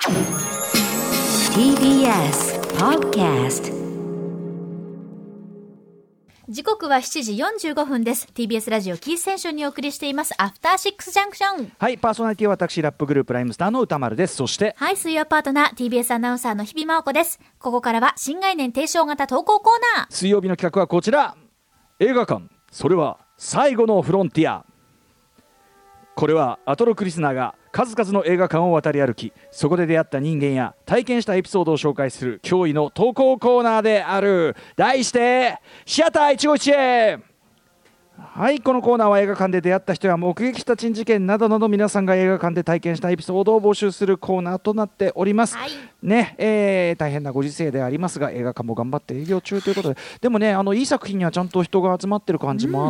TBS Podcast。 時刻は7時45分です。 TBS ラジオキーステーションにお送りしていますアフターシックスジャンクション。 はい、パーソナリティは私ラップグループライムスターの歌丸です。そしてはい、水曜パートナー TBS アナウンサーの日々真央子です。ここからは新概念提唱型投稿コーナー。 水曜日の企画はこちら、映画館それは最後のフロンティア。これはアトロクリスナーが数々の映画館を渡り歩き、そこで出会った人間や体験したエピソードを紹介する驚異の投稿コーナーである。題してシアター151へ。はい、このコーナーは映画館で出会った人や目撃した珍事件などなど皆さんが映画館で体験したエピソードを募集するコーナーとなっております、 はいね。大変なご時世でありますが映画館も頑張って営業中ということで、でもね、いい作品にはちゃんと人が集まってる感じもあって、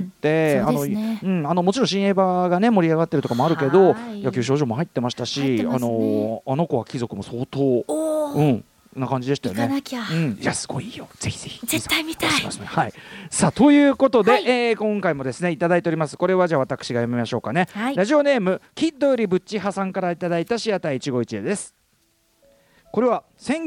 そうですね。 もちろん新映画がね盛り上がってるとかもあるけど、 はい野球少女も入ってましたし、 入ってますね。 あの子は貴族も相当な感じでしたよね。 行かなきゃいやすごいよ、ぜひぜひ絶対見たい。 はい、さあということで、 はい今回もですねいただいております。これはじゃあ私が読みましょうかね、 はいラジオネームキッドよりぶっちはさんからいただいたシアター151です。これは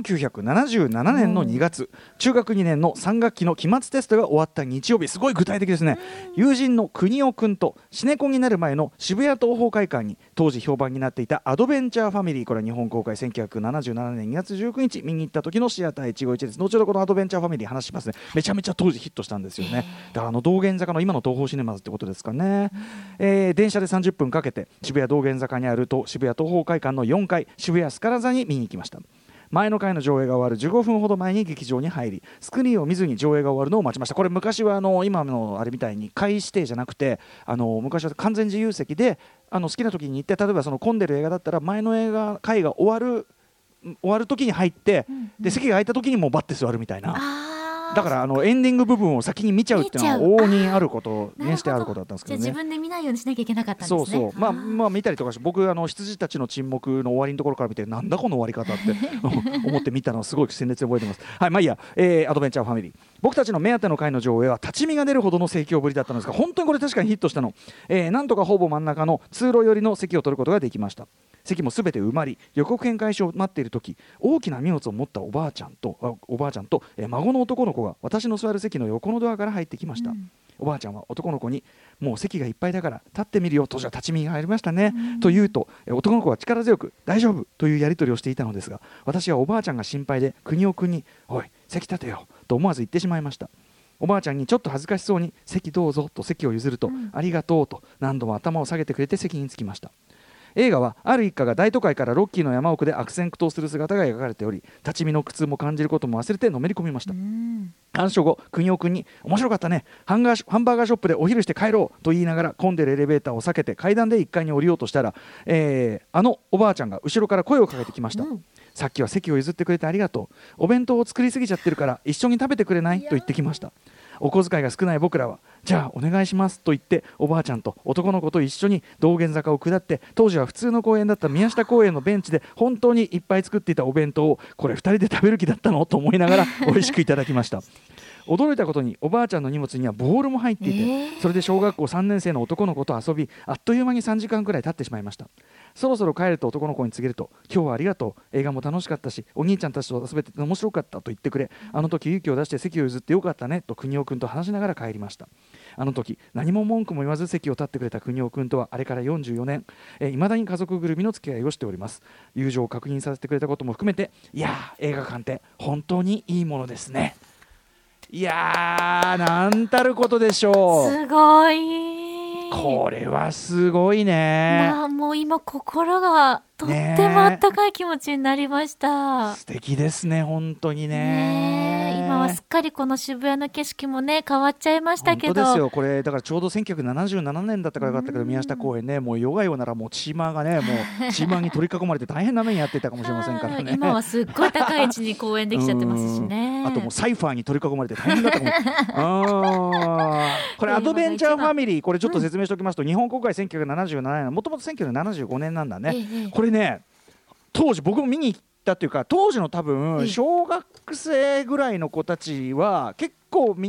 1977年の2月、中学2年の3学期の期末テストが終わった日曜日。すごい具体的ですね。友人の国尾くんとシネコンになる前の渋谷東宝会館に当時評判になっていたアドベンチャーファミリー、これは日本公開1977年2月19日見に行った時のシアター151です。後ほどこのアドベンチャーファミリー話しますね。めちゃめちゃ当時ヒットしたんですよね。だから道玄坂の今の東宝シネマズってことですかね。電車で30分かけて渋谷道玄坂にあると渋谷東宝会館の4階渋谷スカラ座に見に行きました。前の回の上映が終わる15分ほど前に劇場に入り、スクリーンを見ずに上映が終わるのを待ちました。これ昔は今のあれみたいに会指定じゃなくて、昔は完全自由席で好きな時に行って、例えばその混んでる映画だったら前の映画回が終わる時に入って、で席が空いた時にもうバッて座るみたいな。だからエンディング部分を先に見ちゃうっていうのは往々にあることにしてあることだったんですけどね。 じゃあ自分で見ないようにしなきゃいけなかったんですね。 そうまあ見たりとかして、僕羊たちの沈黙の終わりのところから見て、なんだこの終わり方って思って見たのをすごい鮮烈に覚えてます。はい、まあいいや、アドベンチャーファミリー、僕たちの目当ての回の上映は立ち見が出るほどの盛況ぶりだったんですが、本当にこれ確かにヒットしたの。なんとかほぼ真ん中の通路寄りの席を取ることができました。席もすべて埋まり、予告編開始を待っている時、大きな荷物を持ったおばあちゃんと、孫の男の子が私の座る席の横のドアから入ってきました。おばあちゃんは男の子に、もう席がいっぱいだから立ってみるよ、当時は立ち見が入りましたね、と言うと、男の子は力強く大丈夫というやり取りをしていたのですが、私はおばあちゃんが心配で国尾くんに、おい席立てよと思わず言ってしまいました。おばあちゃんにちょっと恥ずかしそうに、席どうぞと席を譲ると、ありがとうと何度も頭を下げてくれて席に着きました。映画はある一家が大都会からロッキーの山奥で悪戦苦闘する姿が描かれており、立ち見の苦痛も感じることも忘れてのめり込みました。鑑賞後、国尾くんに面白かったね、ハンバーガーショップでお昼して帰ろうと言いながら混んでるエレベーターを避けて階段で1階に降りようとしたら、おばあちゃんが後ろから声をかけてきました。さっきは席を譲ってくれてありがとう、お弁当を作りすぎちゃってるから一緒に食べてくれないと言ってきました。お小遣いが少ない僕らは、じゃあお願いしますと言って、おばあちゃんと男の子と一緒に道玄坂を下って、当時は普通の公園だった宮下公園のベンチで本当にいっぱい作っていたお弁当を、これ2人で食べる気だったのと思いながら美味しくいただきました。驚いたことにおばあちゃんの荷物にはボールも入っていて、それで小学校3年生の男の子と遊び、あっという間に3時間くらい経ってしまいました。そろそろ帰ると男の子に告げると、今日はありがとう、映画も楽しかったしお兄ちゃんたちと遊べて面白かったと言ってくれ、あの時勇気を出して席を譲ってよかったねと国尾くんと話しながら帰りました。あの時何も文句も言わず席を立ってくれた国尾くんとはあれから44年、未だに家族ぐるみの付き合いをしております。友情を確認させてくれたことも含めて、いやー映画館って本当にいいものですね。いやーなんたることでしょう。 すごい。 これはすごいね。 もう今心がとってもあったかい気持ちになりました。 素敵ですね本当にね。 今はすっかりこの渋谷の景色もね変わっちゃいましたけど。 本当ですよ。これだからちょうど1977年だったからよかったけど、宮下公園ね、もうヨガヨならもうチーマーがね、もうチーマーに取り囲まれて大変な目に遭っていたかもしれませんからね。 今はすっごい高い位置に公園できちゃってますしね。 あともうサイファーに取り囲まれて大変だったかも。これアドベンチャーファミリー、これちょっと説明しておきますと、日本公開1977年、もともと1975年なんだね。これね、当時僕も見に行ったっていうか、当時の多分小学生ぐらいの子たちは結構見に行っ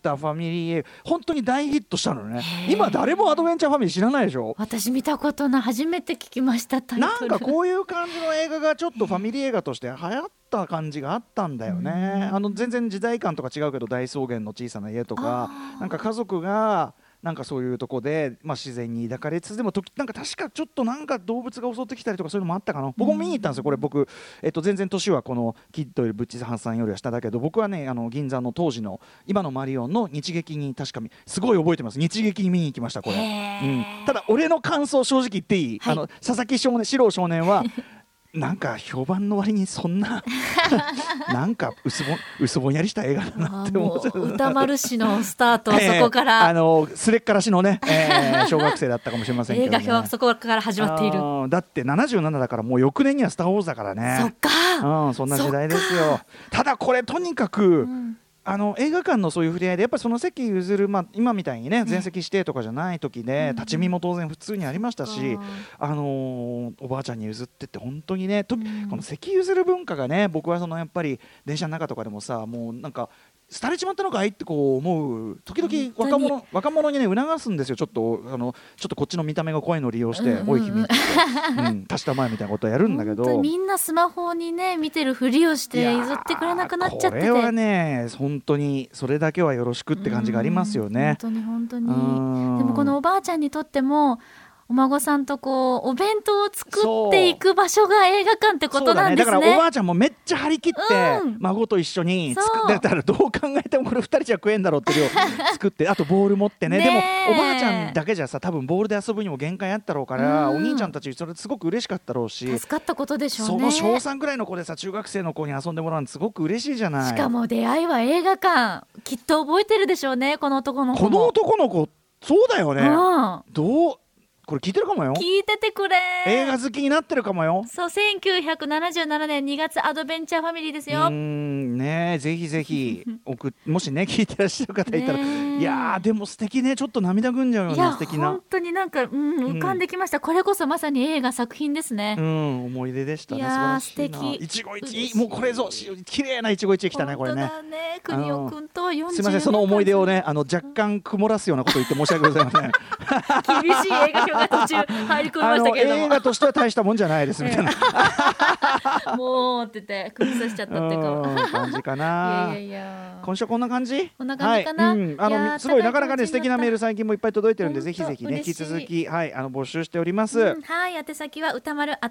ったファミリー映画本当に大ヒットしたのね。今誰もアドベンチャーファミリー知らないでしょ。 私見たことない、初めて聞きましたタイトル。 なんかこういう感じの映画がちょっとファミリー映画として流行った感じがあったんだよね。全然時代感とか違うけど、大草原の小さな家とか、なんか家族がなんかそういうとこで、自然に抱かれつつでもなんか確かちょっとなんか動物が襲ってきたりとかそういうのもあったかな。僕も見に行ったんですよこれ。僕、全然年はこのキッドよりブッチハンさんよりは下だけど、僕はね銀座の当時の今のマリオンの日劇に確かすごい覚えてます。日劇に見に行きましたこれ、ただ俺の感想正直言っていい、佐々木四郎少年はなんか評判の割にそんななんか薄ぼんやりした映画だなって思ってた。 歌丸氏のスタートはそこから、 すれっからしのね、小学生だったかもしれませんけど、ね、 映画はそこから始まっている。 だって77だからもう翌年にはスターウォーズだからね。 そっか、 そんな時代ですよ。ただこれとにかく、映画館のそういう触れ合いでやっぱりその席譲る、今みたいにね全席指定とかじゃない時で、立ち見も当然普通にありましたし、おばあちゃんに譲ってって本当にね、この席譲る文化がね、僕はやっぱり電車の中とかでもさ、もうなんか廃れちまったのかいってこう思う時々若者にね促すんですよ。ちょっとこっちの見た目が怖いのを利用して、おい君って足したまえみたいなことをやるんだけど、 みんなスマホにね見てるふりをして譲ってくれなくなっちゃってて、 これはね本当にそれだけはよろしくって感じがありますよね。 本当にでもこのおばあちゃんにとってもお孫さんとこうお弁当を作っていく場所が映画館ってことなんですね。 だからおばあちゃんもめっちゃ張り切って、孫と一緒に作ってたら、どう考えてもこれ2人じゃ食えんだろうって量作ってあとボール持ってね。でもおばあちゃんだけじゃさ多分ボールで遊ぶにも限界あったろうから、お兄ちゃんたちそれすごく嬉しかったろうし、 助かったことでしょうね。 その小3ぐらいの子でさ中学生の子に遊んでもらうのすごく嬉しいじゃない。 しかも出会いは映画館、きっと覚えてるでしょうねこの男の子も。 この男の子そうだよね、これ聞いてるかもよ。 聞いててくれ。 映画好きになってるかもよ。 そう、1977年2月アドベンチャーファミリーですよ。 ね、ぜひぜひもしね聞いてらっしゃる方いたら、いやでも素敵ね。ちょっと涙ぐんじゃうような素敵な。 本当になんか、浮かんできました。これこそまさに映画作品ですね。 思い出でしたね。素晴らしいな。一期一会、もうこれぞ綺麗な一期一会来たねこれね。 本当だね。国尾くんと40年。 すみません、その思い出をね若干曇らすようなこと言って申し訳ございません。 厳しい映画評が途中入り込みましたけれども、 映画としては大したもんじゃないですみたいなもうって言って崩さしちゃったっていう感じかな。 いや今週はこんな感じ。 こんな感じかな。 すごいなかなかね素敵なメール最近もいっぱい届いてるんで、ぜひぜひね引き続き募集しております。 はい、宛先は歌丸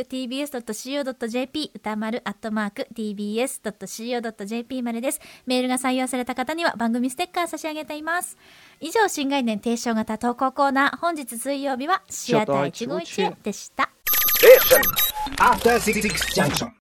@tbs.co.jp 歌丸@tbs.co.jp までです。メールが採用された方には番組ステッカー差し上げています。以上、新概念提唱型投稿コーナー、本日水曜日はシアター151でした。 After 66 junction.